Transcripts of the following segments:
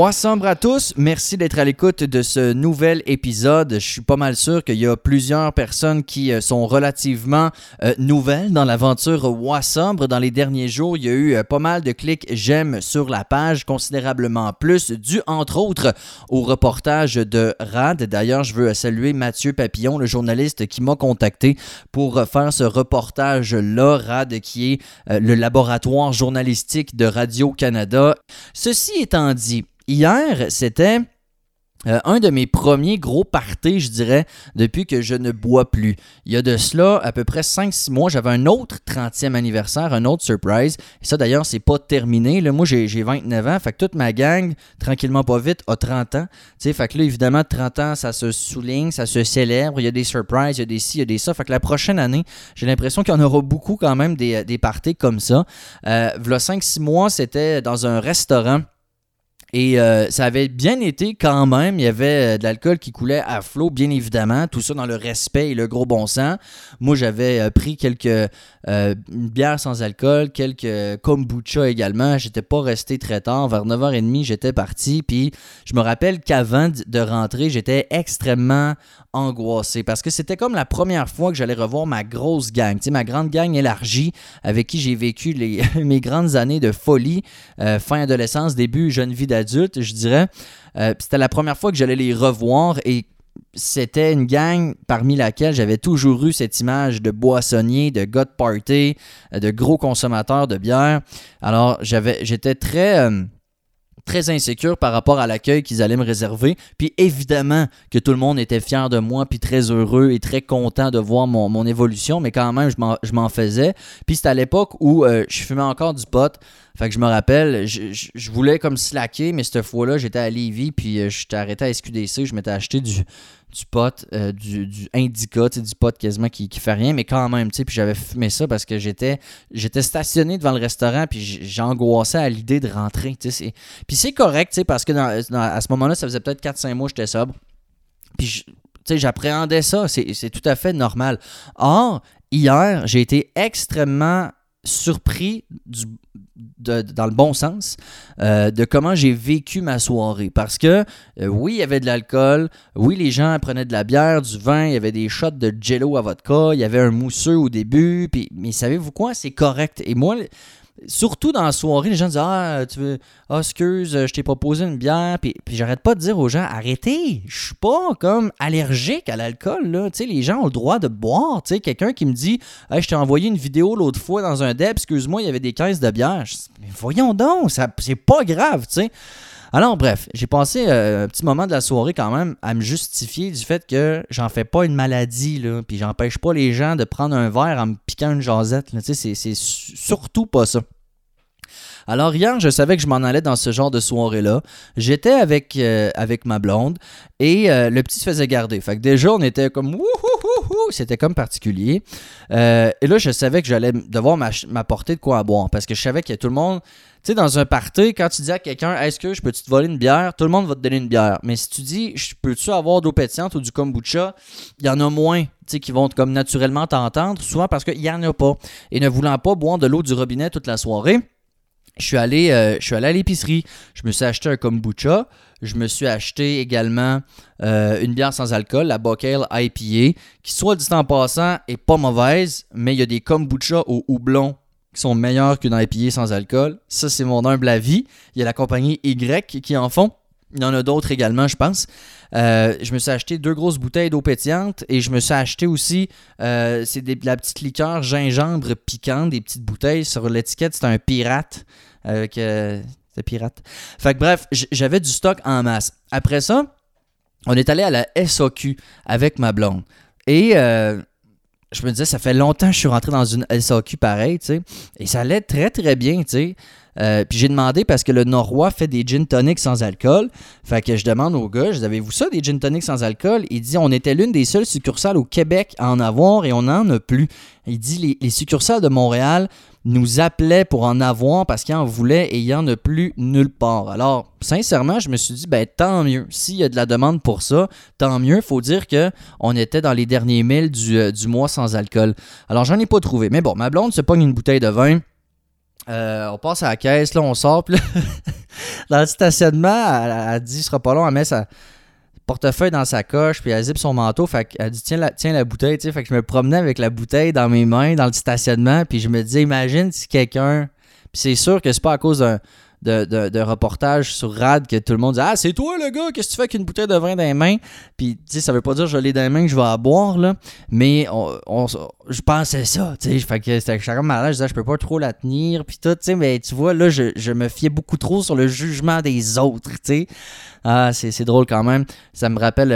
Mois sombre à tous, merci d'être à l'écoute de ce nouvel épisode. Je suis pas mal sûr qu'il y a plusieurs personnes qui sont relativement nouvelles dans l'aventure Mois sombre. Dans les derniers jours, il y a eu pas mal de clics j'aime sur la page, considérablement plus, dû entre autres au reportage de Rad. D'ailleurs, je veux saluer Mathieu Papillon, le journaliste qui m'a contacté pour faire ce reportage-là. Rad qui est le laboratoire journalistique de Radio-Canada. Ceci étant dit, hier, c'était un de mes premiers gros parties, je dirais, depuis que je ne bois plus. Il y a de cela à peu près 5-6 mois, j'avais un autre 30e anniversaire, un autre surprise. Et ça, d'ailleurs, c'est pas terminé. Là, moi, j'ai 29 ans, fait que toute ma gang, tranquillement pas vite, a 30 ans. T'sais, fait que là, évidemment, 30 ans, ça se souligne, ça se célèbre. Il y a des surprises, il y a des ci, il y a des ça. Fait que la prochaine année, j'ai l'impression qu'il y en aura beaucoup quand même des parties comme ça. V'là 5-6 mois, c'était dans un restaurant. Et ça avait bien été quand même. Il y avait de l'alcool qui coulait à flot, bien évidemment. Tout ça dans le respect et le gros bon sens. Moi, j'avais pris quelques bières sans alcool, quelques kombucha également. J'étais pas resté très tard. Vers 9h30, j'étais parti. Puis je me rappelle qu'avant de rentrer, j'étais extrêmement angoissé parce que c'était comme la première fois que j'allais revoir ma grosse gang. Tu sais, ma grande gang élargie avec qui j'ai vécu mes grandes années de folie, fin adolescence, début jeune vie d'adulte, je dirais. C'était la première fois que j'allais les revoir et c'était une gang parmi laquelle j'avais toujours eu cette image de boissonnier, de gars de party, de gros consommateurs de bière. Alors, j'étais très insécure par rapport à l'accueil qu'ils allaient me réserver. Puis évidemment que tout le monde était fier de moi, puis très heureux et très content de voir mon évolution, mais quand même, je m'en faisais. Puis c'était à l'époque où je fumais encore du pot. Fait que je me rappelle, je voulais comme slacker, mais cette fois-là, j'étais à Lévis, puis j'étais arrêté à SQDC, je m'étais acheté du pot, du indica, du pot quasiment qui fait rien, mais quand même, puis j'avais fumé ça parce que j'étais stationné devant le restaurant, puis j'angoissais à l'idée de rentrer, puis c'est correct, parce que à ce moment-là, ça faisait peut-être 4-5 mois que j'étais sobre, puis j'appréhendais ça, c'est tout à fait normal. Or, hier, j'ai été extrêmement surpris dans le bon sens de comment j'ai vécu ma soirée parce que oui, il y avait de l'alcool, oui, les gens prenaient de la bière, du vin, il y avait des shots de Jello à vodka, il y avait un mousseux au début, mais savez-vous quoi, c'est correct. Et moi, surtout dans la soirée, les gens disent excuse, je t'ai proposé une bière, puis j'arrête pas de dire aux gens arrêtez, je suis pas comme allergique à l'alcool là, tu sais, les gens ont le droit de boire, tu sais, quelqu'un qui me dit hey, je t'ai envoyé une vidéo l'autre fois dans un deb, excuse-moi, il y avait des caisses de bière. Je dis, mais voyons donc, c'est pas grave, tu sais. Alors bref, j'ai passé un petit moment de la soirée quand même à me justifier du fait que j'en fais pas une maladie, là, puis j'empêche pas les gens de prendre un verre en me piquant une jasette, là, tu sais, c'est surtout pas ça. Alors hier, je savais que je m'en allais dans ce genre de soirée-là. J'étais avec ma blonde et le petit se faisait garder. Fait que déjà, on était comme wouhouhouhou, c'était comme particulier. Et là, je savais que j'allais devoir m'apporter de quoi à boire parce que je savais que tout le monde... Tu sais, dans un party, quand tu dis à quelqu'un « Est-ce que je peux-tu te voler une bière? » Tout le monde va te donner une bière. Mais si tu dis « Peux-tu avoir d'eau pétillante ou du kombucha? » Il y en a moins qui vont comme naturellement t'entendre, souvent parce qu'il n'y en a pas. Et ne voulant pas boire de l'eau du robinet toute la soirée, je suis allé à l'épicerie. Je me suis acheté un kombucha. Je me suis acheté également une bière sans alcool, la Buckale IPA, qui, soit dit en passant, est pas mauvaise, mais il y a des kombucha au houblon qui sont meilleurs qu'une IPA sans alcool. Ça, c'est mon humble avis. Il y a la compagnie Y qui en font. Il y en a d'autres également, je pense. Je me suis acheté 2 grosses bouteilles d'eau pétillante et je me suis acheté aussi de la petite liqueur gingembre piquante, des petites bouteilles. Sur l'étiquette, c'est un pirate. C'est pirate. Fait que bref, j'avais du stock en masse. Après ça, on est allé à la SAQ avec ma blonde. Et je me disais, ça fait longtemps que je suis rentré dans une SAQ pareil, tu sais. Et ça allait très, très bien, tu sais. Puis j'ai demandé parce que le Norrois fait des gin tonics sans alcool. Fait que je demande au gars, avez-vous ça, des gin tonics sans alcool? Il dit, on était l'une des seules succursales au Québec à en avoir et on n'en a plus. Il dit, les succursales de Montréal nous appelaient pour en avoir parce qu'ils en voulaient et il n'y en a plus nulle part. Alors, sincèrement, je me suis dit, tant mieux. S'il y a de la demande pour ça, tant mieux. Il faut dire qu'on était dans les derniers milles du mois sans alcool. Alors, j'en ai pas trouvé. Mais bon, ma blonde se pogne une bouteille de vin. On passe à la caisse, là, on sort, puis là, dans le stationnement, elle dit, ce sera pas long, elle met sa portefeuille dans sa coche, puis elle zippe son manteau, fait qu'elle dit, tiens la bouteille, tu sais, fait que je me promenais avec la bouteille dans mes mains, dans le stationnement, puis je me disais, imagine si quelqu'un, puis c'est sûr que c'est pas à cause de reportage sur RAD que tout le monde dit, ah, c'est toi le gars, qu'est-ce que tu fais avec une bouteille de vin dans les mains? Puis, tu sais, ça veut pas dire que je l'ai dans les mains que je vais à boire, là, mais je pensais ça, tu sais, fait que j'étais comme malade, je disais, je peux pas trop la tenir, puis tout, tu sais, mais tu vois, là, je me fiais beaucoup trop sur le jugement des autres, tu sais. Ah, c'est drôle quand même. Ça me rappelle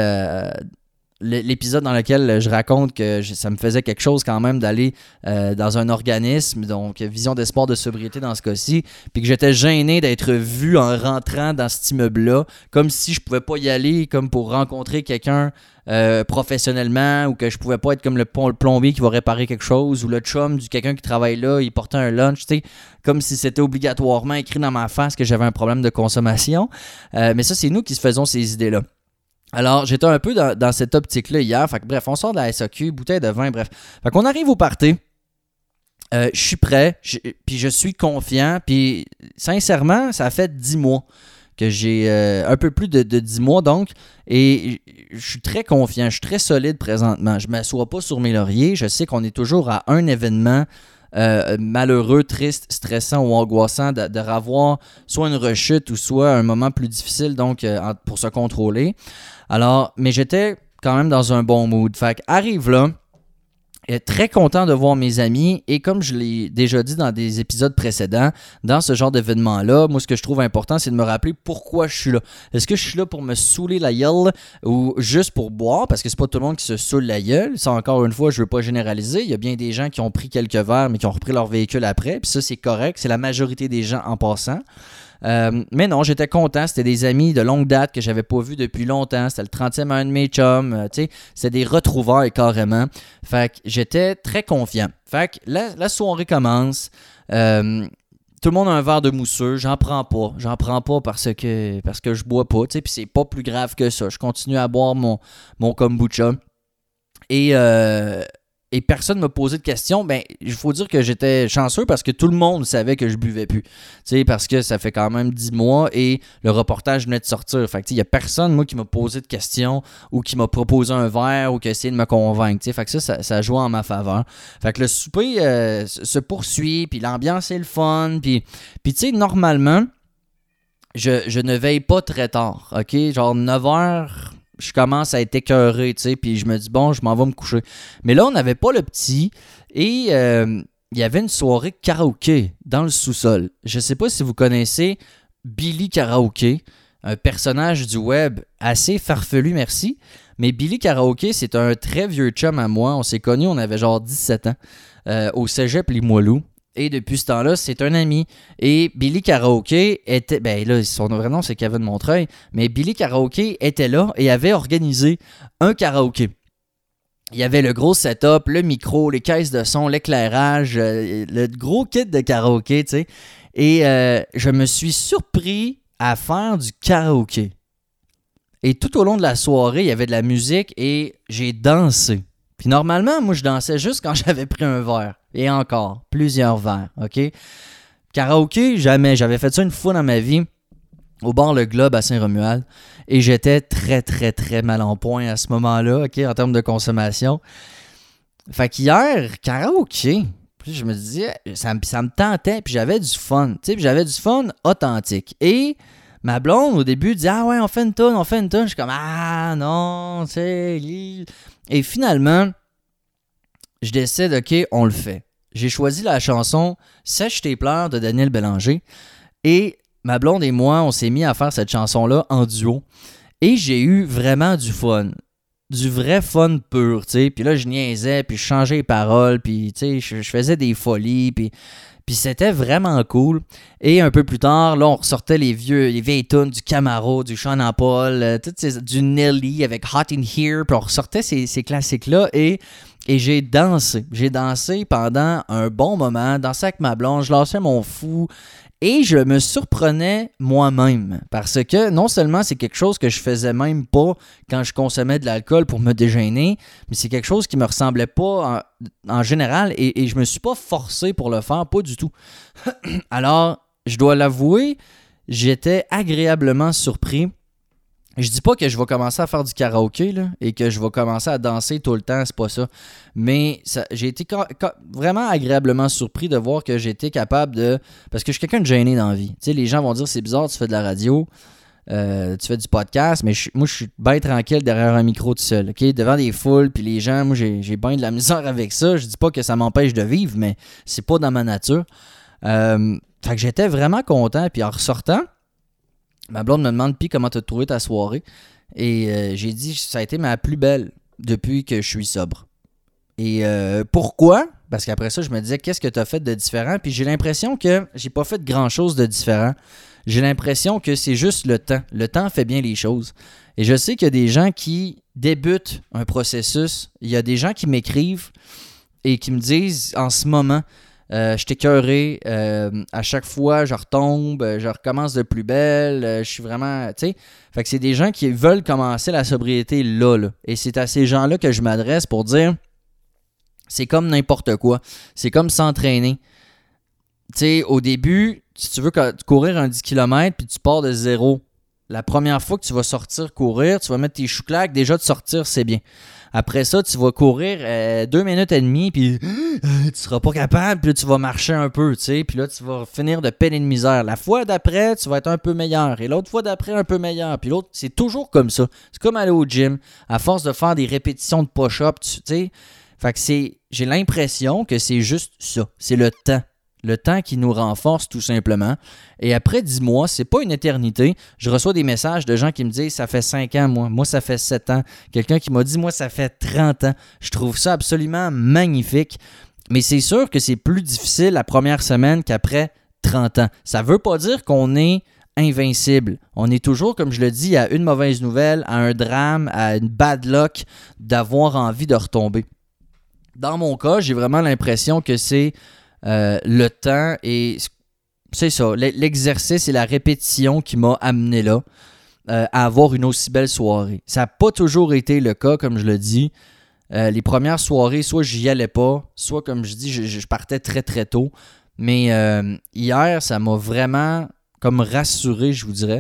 l'épisode dans lequel je raconte que ça me faisait quelque chose quand même d'aller dans un organisme, donc vision d'espoir de sobriété dans ce cas-ci, puis que j'étais gêné d'être vu en rentrant dans cet immeuble-là, comme si je pouvais pas y aller comme pour rencontrer quelqu'un professionnellement, ou que je pouvais pas être comme le plombier qui va réparer quelque chose, ou le chum du quelqu'un qui travaille là, il portait un lunch, tu sais, comme si c'était obligatoirement écrit dans ma face que j'avais un problème de consommation. Mais ça, c'est nous qui se faisons ces idées-là. Alors, j'étais un peu dans cette optique-là hier. Fait que, bref, on sort de la SAQ, bouteille de vin, bref. Fait qu'on arrive au party. Je suis prêt, puis je suis confiant. Puis, sincèrement, ça fait 10 mois que j'ai un peu plus de 10 mois, donc. Et je suis très confiant, je suis très solide présentement. Je ne m'assois pas sur mes lauriers. Je sais qu'on est toujours à un événement malheureux, triste, stressant ou angoissant de revoir soit une rechute ou soit un moment plus difficile donc pour se contrôler. Alors, mais j'étais quand même dans un bon mood. Fait qu'arrive là, très content de voir mes amis, et comme je l'ai déjà dit dans des épisodes précédents, dans ce genre d'événement-là, moi ce que je trouve important, c'est de me rappeler pourquoi je suis là. Est-ce que je suis là pour me saouler la gueule ou juste pour boire, parce que c'est pas tout le monde qui se saoule la gueule. Ça, encore une fois, je veux pas généraliser. Il y a bien des gens qui ont pris quelques verres mais qui ont repris leur véhicule après, puis ça c'est correct, c'est la majorité des gens en passant. Mais non, j'étais content. C'était des amis de longue date que j'avais pas vus depuis longtemps. C'était le 30e à un de mes chums. C'était des retrouvailles carrément. Fait que j'étais très confiant. Fait que la soirée commence. Tout le monde a un verre de mousseux. J'en prends pas parce que je bois pas. Puis c'est pas plus grave que ça. Je continue à boire mon kombucha. Et personne ne m'a posé de questions. Ben, il faut dire que j'étais chanceux parce que tout le monde savait que je buvais plus. Parce que ça fait quand même 10 mois et le reportage venait de sortir. Fait que il n'y a personne, moi, qui m'a posé de questions ou qui m'a proposé un verre ou qui a essayé de me convaincre. Fait que ça joue en ma faveur. Fait que le souper se poursuit, puis l'ambiance est le fun. Puis tu sais, normalement, je ne veille pas très tard. OK? Genre 9h. Je commence à être écœuré, puis je me dis, bon, je m'en vais me coucher. Mais là, on n'avait pas le petit, et il y avait une soirée karaoké dans le sous-sol. Je ne sais pas si vous connaissez Billy Karaoké, un personnage du web assez farfelu, merci. Mais Billy Karaoké, c'est un très vieux chum à moi. On s'est connus, on avait genre 17 ans, au cégep Limoilou. Et depuis ce temps-là, c'est un ami. Et Billy Karaoké était... Ben là, son vrai nom, c'est Kevin Montreuil. Mais Billy Karaoké était là et avait organisé un karaoké. Il y avait le gros setup, le micro, les caisses de son, l'éclairage, le gros kit de karaoké, tu sais. Et je me suis surpris à faire du karaoké. Et tout au long de la soirée, il y avait de la musique et j'ai dansé. Puis normalement, moi, je dansais juste quand j'avais pris un verre. Et encore, plusieurs verres, OK? Karaoké, jamais. J'avais fait ça une fois dans ma vie, au bar Le Globe à Saint-Romuald. Et j'étais très, très, très mal en point à ce moment-là, OK, en termes de consommation. Fait qu'hier, karaoké, puis je me disais, ça me tentait, puis j'avais du fun. Tu sais, puis j'avais du fun authentique. Et ma blonde, au début, dit « Ah ouais, on fait une toune. » Je suis comme « Ah non, tu sais... » Et finalement, je décide, OK, on le fait. J'ai choisi la chanson « Sèche tes pleurs » de Daniel Bélanger. Et ma blonde et moi, on s'est mis à faire cette chanson-là en duo. Et j'ai eu vraiment du fun. Du vrai fun pur, tu sais. Puis là, je niaisais, puis je changeais les paroles, puis tu sais, je faisais des folies, puis c'était vraiment cool. Et un peu plus tard, là, on ressortait les vieilles tunes du Camaro, du Sean Paul, du Nelly avec Hot in Here, puis on ressortait ces classiques-là et j'ai dansé. J'ai dansé pendant un bon moment, dansé avec ma blonde, je lâchais mon fou. Et je me surprenais moi-même parce que non seulement c'est quelque chose que je faisais même pas quand je consommais de l'alcool pour me dégainer, mais c'est quelque chose qui me ressemblait pas en général et je me suis pas forcé pour le faire, pas du tout. Alors, je dois l'avouer, j'étais agréablement surpris. Je dis pas que je vais commencer à faire du karaoké là, et que je vais commencer à danser tout le temps, c'est pas ça. Mais j'ai été vraiment agréablement surpris de voir que j'étais capable de... Parce que je suis quelqu'un de gêné dans la vie. Tu sais, les gens vont dire c'est bizarre, tu fais de la radio, tu fais du podcast, mais moi je suis bien tranquille derrière un micro tout seul, ok? Devant des foules, puis les gens, moi j'ai bien de la misère avec ça. Je dis pas que ça m'empêche de vivre, mais c'est pas dans ma nature. Fait que j'étais vraiment content, puis en ressortant, ma blonde me demande « Puis comment t'as trouvé ta soirée? » Et j'ai dit « Ça a été ma plus belle depuis que je suis sobre. » Et pourquoi? Parce qu'après ça, je me disais « Qu'est-ce que t'as fait de différent? » Puis j'ai l'impression que j'ai pas fait grand-chose de différent. J'ai l'impression que c'est juste le temps. Le temps fait bien les choses. Et je sais qu'il y a des gens qui débutent un processus. Il y a des gens qui m'écrivent et qui me disent en ce moment... je suis écœuré, à chaque fois je retombe, je recommence de plus belle, je suis vraiment, tu sais, fait que c'est des gens qui veulent commencer la sobriété là, et c'est à ces gens-là que je m'adresse pour dire, c'est comme n'importe quoi, c'est comme s'entraîner, tu sais, au début, si tu veux courir un 10 km puis tu pars de zéro, la première fois que tu vas sortir courir, tu vas mettre tes chouclaques, déjà de sortir c'est bien. Après ça, tu vas courir 2 minutes et demie, puis tu seras pas capable, puis là, tu vas marcher un peu, tu sais, puis là, tu vas finir de peine et de misère. La fois d'après, tu vas être un peu meilleur, et l'autre fois d'après, un peu meilleur, puis l'autre, c'est toujours comme ça. C'est comme aller au gym, à force de faire des répétitions de push-up, tu sais. Fait que j'ai l'impression que c'est juste ça, c'est le temps. Le temps qui nous renforce tout simplement. Et après 10 mois, c'est pas une éternité. Je reçois des messages de gens qui me disent « Ça fait 5 ans, moi. Moi, ça fait 7 ans. » Quelqu'un qui m'a dit « Moi, ça fait 30 ans. » Je trouve ça absolument magnifique. Mais c'est sûr que c'est plus difficile la première semaine qu'après 30 ans. Ça veut pas dire qu'on est invincible. On est toujours, comme je le dis, à une mauvaise nouvelle, à un drame, à une bad luck d'avoir envie de retomber. Dans mon cas, j'ai vraiment l'impression que c'est le temps et c'est ça, l'exercice et la répétition qui m'a amené là à avoir une aussi belle soirée. Ça n'a pas toujours été le cas, comme je le dis. Les premières soirées, soit j'y allais pas, soit comme je dis, je partais très très tôt. Mais hier, ça m'a vraiment comme rassuré, je vous dirais.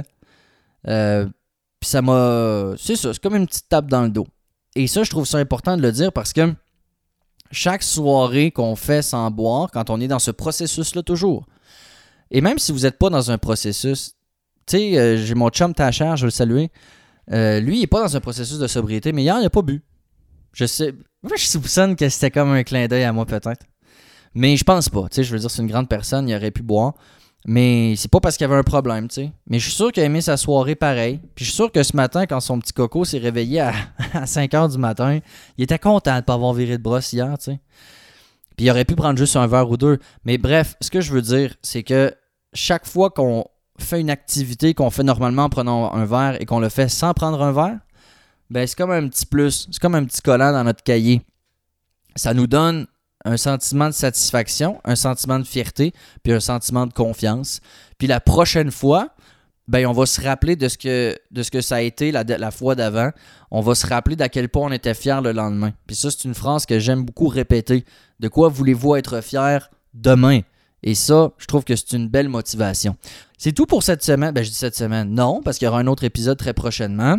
Puis ça m'a... C'est ça, c'est comme une petite tape dans le dos. Et ça, je trouve ça important de le dire parce que chaque soirée qu'on fait sans boire, quand on est dans ce processus-là toujours, et même si vous n'êtes pas dans un processus, tu sais, j'ai mon chum Tacher, je veux le saluer, lui, il n'est pas dans un processus de sobriété, mais hier, il n'a pas bu. Je sais, moi, je soupçonne que c'était comme un clin d'œil à moi, peut-être. Mais je pense pas, tu sais, je veux dire, c'est une grande personne, il aurait pu boire. Mais c'est pas parce qu'il y avait un problème, tu sais. Mais je suis sûr qu'il a aimé sa soirée pareil. Puis je suis sûr que ce matin, quand son petit coco s'est réveillé à 5h du matin, il était content de ne pas avoir viré de brosse hier, tu sais. Puis il aurait pu prendre juste un verre ou deux. Mais bref, ce que je veux dire, c'est que chaque fois qu'on fait une activité qu'on fait normalement en prenant un verre et qu'on le fait sans prendre un verre, ben c'est comme un petit plus, c'est comme un petit collant dans notre cahier. Ça nous donne un sentiment de satisfaction, un sentiment de fierté, puis un sentiment de confiance. Puis la prochaine fois, ben on va se rappeler de ce que ça a été la fois d'avant. On va se rappeler d'à quel point on était fiers le lendemain. Puis ça, c'est une phrase que j'aime beaucoup répéter. De quoi voulez-vous être fiers demain? Et ça, je trouve que c'est une belle motivation. C'est tout pour cette semaine. Ben je dis cette semaine, non, parce qu'il y aura un autre épisode très prochainement.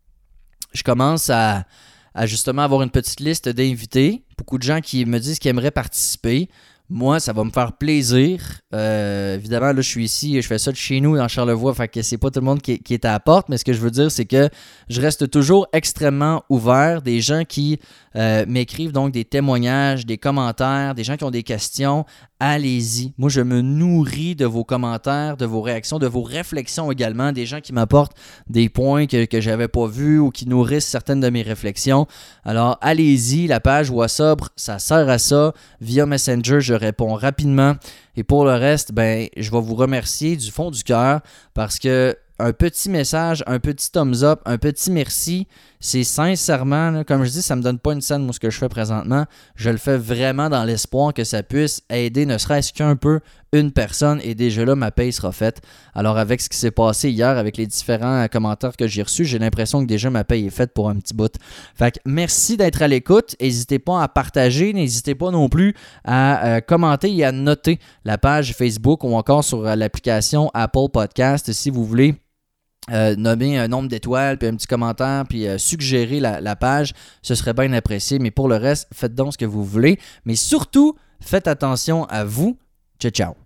Je commence à justement avoir une petite liste d'invités. Beaucoup de gens qui me disent qu'ils aimeraient participer. Moi, ça va me faire plaisir. Évidemment, là, je suis ici, je fais ça de chez nous, dans Charlevoix, fait que c'est pas tout le monde qui est à la porte, mais ce que je veux dire, c'est que je reste toujours extrêmement ouvert. Des gens qui m'écrivent donc des témoignages, des commentaires, des gens qui ont des questions, allez-y. Moi, je me nourris de vos commentaires, de vos réactions, de vos réflexions également, des gens qui m'apportent des points que j'avais pas vus ou qui nourrissent certaines de mes réflexions. Alors, allez-y, la page Wassobre, ça sert à ça. Via Messenger, je réponds rapidement. Et pour le reste, ben, je vais vous remercier du fond du cœur parce que un petit message, un petit thumbs up, un petit merci, c'est sincèrement, là, comme je dis, ça me donne pas une scène, moi, ce que je fais présentement. Je le fais vraiment dans l'espoir que ça puisse aider, ne serait-ce qu'un peu, une personne et déjà là, ma paye sera faite. Alors avec ce qui s'est passé hier, avec les différents commentaires que j'ai reçus, j'ai l'impression que déjà ma paye est faite pour un petit bout. Fait que merci d'être à l'écoute. N'hésitez pas à partager, n'hésitez pas non plus à commenter et à noter la page Facebook ou encore sur l'application Apple Podcast si vous voulez. Nommer un nombre d'étoiles, puis un petit commentaire, puis suggérer la page, ce serait bien apprécié. Mais pour le reste, faites donc ce que vous voulez. Mais surtout, faites attention à vous. Ciao, ciao.